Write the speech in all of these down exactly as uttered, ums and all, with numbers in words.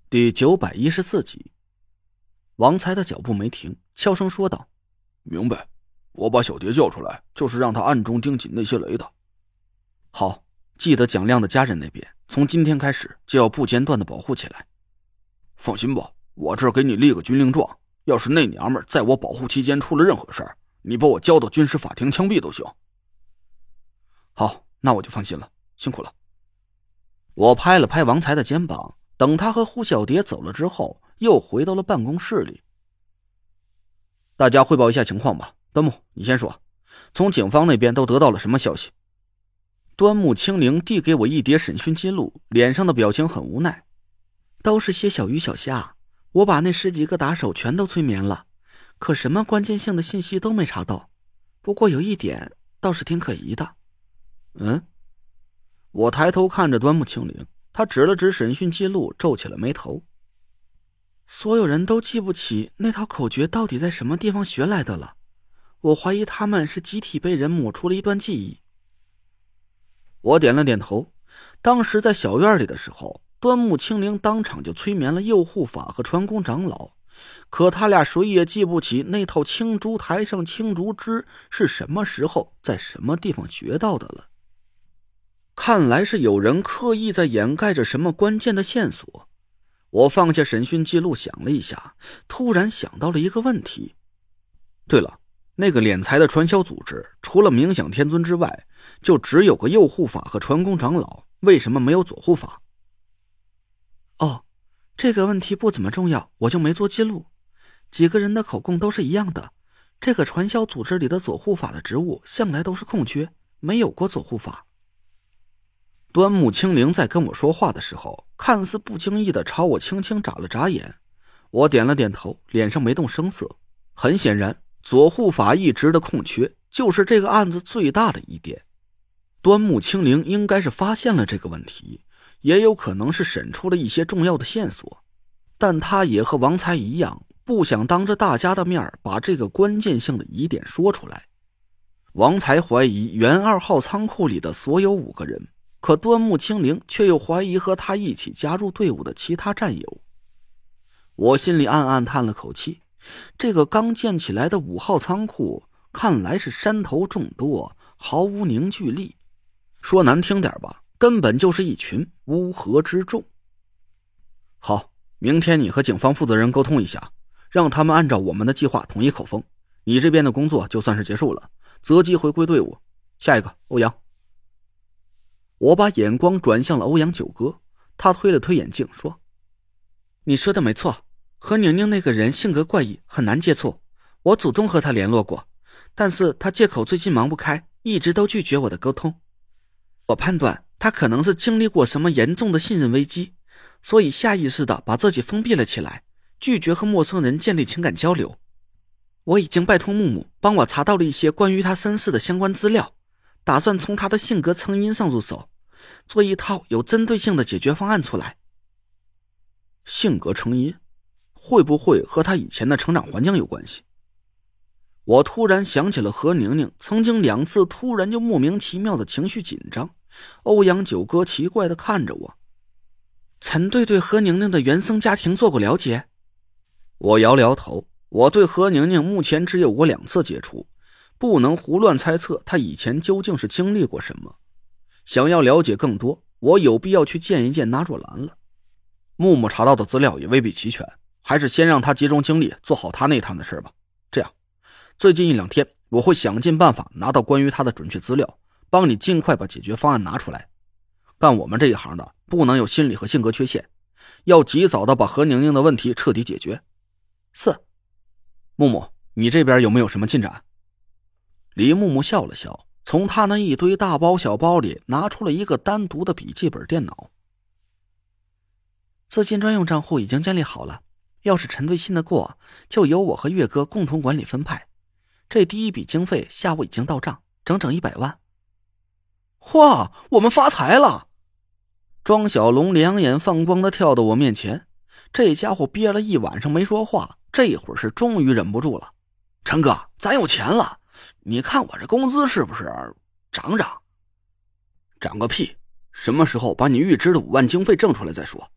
第九百一十四集。王才的脚步没停，悄声说道： 明白，我把小蝶叫出来，就是让他暗中盯紧那些雷的。 好，记得蒋亮的家人那边从今天开始就要不间断的保护起来。 放心吧，我这儿给你立个军令状，要是那娘们在我保护期间出了任何事儿，你把我交到军事法庭枪毙都行。 好，那我就放心了，辛苦了。我拍了拍王才的肩膀，等他和胡小蝶走了之后，又回到了办公室里。大家汇报一下情况吧。端木，你先说，从警方那边都得到了什么消息？端木清灵递给我一叠审讯记录，脸上的表情很无奈。都是些小鱼小虾，我把那十几个打手全都催眠了，可什么关键性的信息都没查到。不过有一点倒是挺可疑的。嗯？我抬头看着端木清灵，他指了指审讯记录，皱起了眉头。所有人都记不起那套口诀到底在什么地方学来的了，我怀疑他们是集体被人抹除了一段记忆。我点了点头，当时在小院里的时候，端木清灵当场就催眠了右护法和传功长老，可他俩谁也记不起那套青竹台上青竹枝是什么时候在什么地方学到的了。看来是有人刻意在掩盖着什么关键的线索。我放下审讯记录想了一下，突然想到了一个问题。对了，那个敛财的传销组织除了冥想天尊之外，就只有个右护法和传功长老，为什么没有左护法？哦，这个问题不怎么重要，我就没做记录。几个人的口供都是一样的，这个传销组织里的左护法的职务向来都是空缺，没有过左护法。端木清灵在跟我说话的时候，看似不经意地朝我轻轻眨了眨眼。我点了点头，脸上没动声色。很显然，左护法一职的空缺就是这个案子最大的疑点。端木清灵应该是发现了这个问题，也有可能是审出了一些重要的线索，但他也和王才一样，不想当着大家的面把这个关键性的疑点说出来。王才怀疑原二号仓库里的所有五个人，可端木清灵却又怀疑和他一起加入队伍的其他战友。我心里暗暗叹了口气，这个刚建起来的五号仓库看来是山头众多，毫无凝聚力，说难听点吧，根本就是一群乌合之众。好，明天你和警方负责人沟通一下，让他们按照我们的计划统一口风，你这边的工作就算是结束了，择机回归队伍。下一个，欧阳。我把眼光转向了欧阳九哥，他推了推眼镜说：你说的没错，何宁宁那个人性格怪异，很难接触，我主动和他联络过，但是他借口最近忙不开，一直都拒绝我的沟通。我判断他可能是经历过什么严重的信任危机，所以下意识地把自己封闭了起来，拒绝和陌生人建立情感交流。我已经拜托木木帮我查到了一些关于他身世的相关资料，打算从他的性格成因上入手，做一套有针对性的解决方案出来。性格成因会不会和他以前的成长环境有关系？我突然想起了何宁宁曾经两次突然就莫名其妙的情绪紧张。欧阳九哥奇怪地看着我，陈队对何宁宁的原生家庭做过了解？我摇摇头，我对何宁宁目前只有过两次接触，不能胡乱猜测她以前究竟是经历过什么。想要了解更多，我有必要去见一见纳若兰了。木木查到的资料也未必齐全，还是先让他集中精力做好他那摊的事吧。这样，最近一两天我会想尽办法拿到关于他的准确资料，帮你尽快把解决方案拿出来。干我们这一行的不能有心理和性格缺陷，要及早的把何宁宁的问题彻底解决。是。木木，你这边有没有什么进展？李木木笑了笑，从他那一堆大包小包里拿出了一个单独的笔记本电脑。资金专用账户已经建立好了，要是陈队信得过，就由我和岳哥共同管理分派。这第一笔经费下午已经到账，整整一百万。哇，我们发财了！庄小龙两眼放光的跳到我面前，这家伙憋了一晚上没说话，这会儿是终于忍不住了。陈哥，咱有钱了，你看我这工资是不是涨涨？ 涨个屁！什么时候把你预支的五万经费挣出来再说？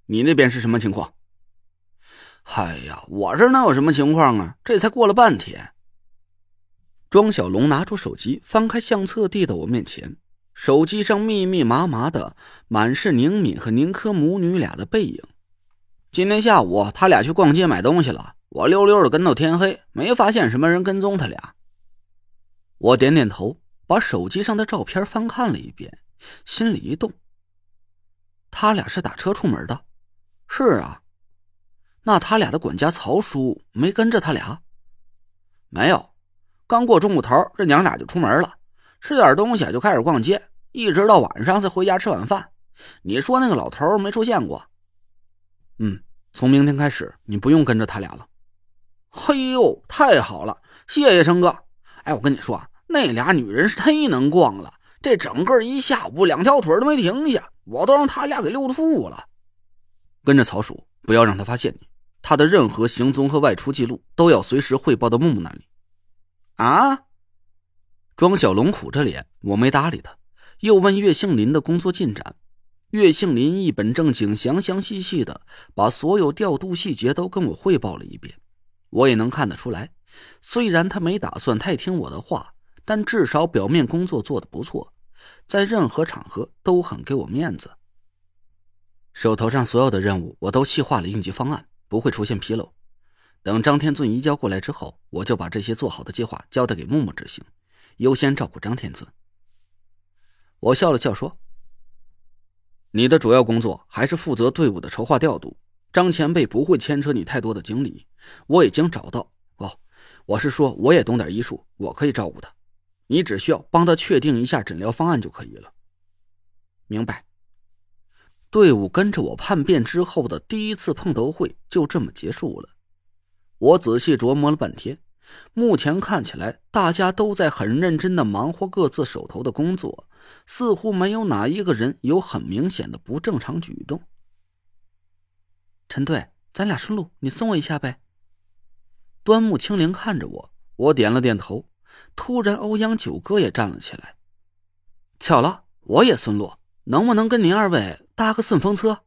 你那边是什么情况？哎呀，我这哪有什么情况啊，这才过了半天。庄小龙拿出手机，翻开相册递到我面前，手机上密密麻麻的满是宁敏和宁珂母女俩的背影。今天下午他俩去逛街买东西了，我溜溜的跟到天黑，没发现什么人跟踪他俩。我点点头，把手机上的照片翻看了一遍，心里一动。他俩是打车出门的？是啊。那他俩的管家曹叔没跟着他俩？没有，刚过中午头，这娘俩就出门了，吃点东西就开始逛街，一直到晚上才回家吃晚饭。你说那个老头没出现过？嗯，从明天开始你不用跟着他俩了。嘿呦，太好了，谢谢成哥。哎，我跟你说，那俩女人是忒能逛了，这整个一下午两条腿都没停下，我都让他俩给溜吐了。跟着曹叔，不要让他发现你，他的任何行踪和外出记录都要随时汇报到木木那里。啊？庄小龙苦着脸，我没搭理他，又问岳杏林的工作进展。岳杏林一本正经详详细细的把所有调度细节都跟我汇报了一遍。我也能看得出来，虽然他没打算太听我的话，但至少表面工作做得不错，在任何场合都很给我面子。手头上所有的任务我都细化了应急方案，不会出现纰漏。等张天尊移交过来之后，我就把这些做好的计划交代给木木执行，优先照顾张天尊。我笑了笑说，你的主要工作还是负责队伍的筹划调度，张前辈不会牵扯你太多的精力。我已经找到哦，我是说我也懂点医术，我可以照顾他，你只需要帮他确定一下诊疗方案就可以了。明白。队伍跟着我叛变之后的第一次碰头会就这么结束了。我仔细琢磨了半天，目前看起来大家都在很认真的忙活各自手头的工作，似乎没有哪一个人有很明显的不正常举动。陈队，咱俩顺路，你送我一下呗。端木清灵看着我，我点了点头。突然欧阳九哥也站了起来，巧了，我也顺路，能不能跟您二位搭个顺风车？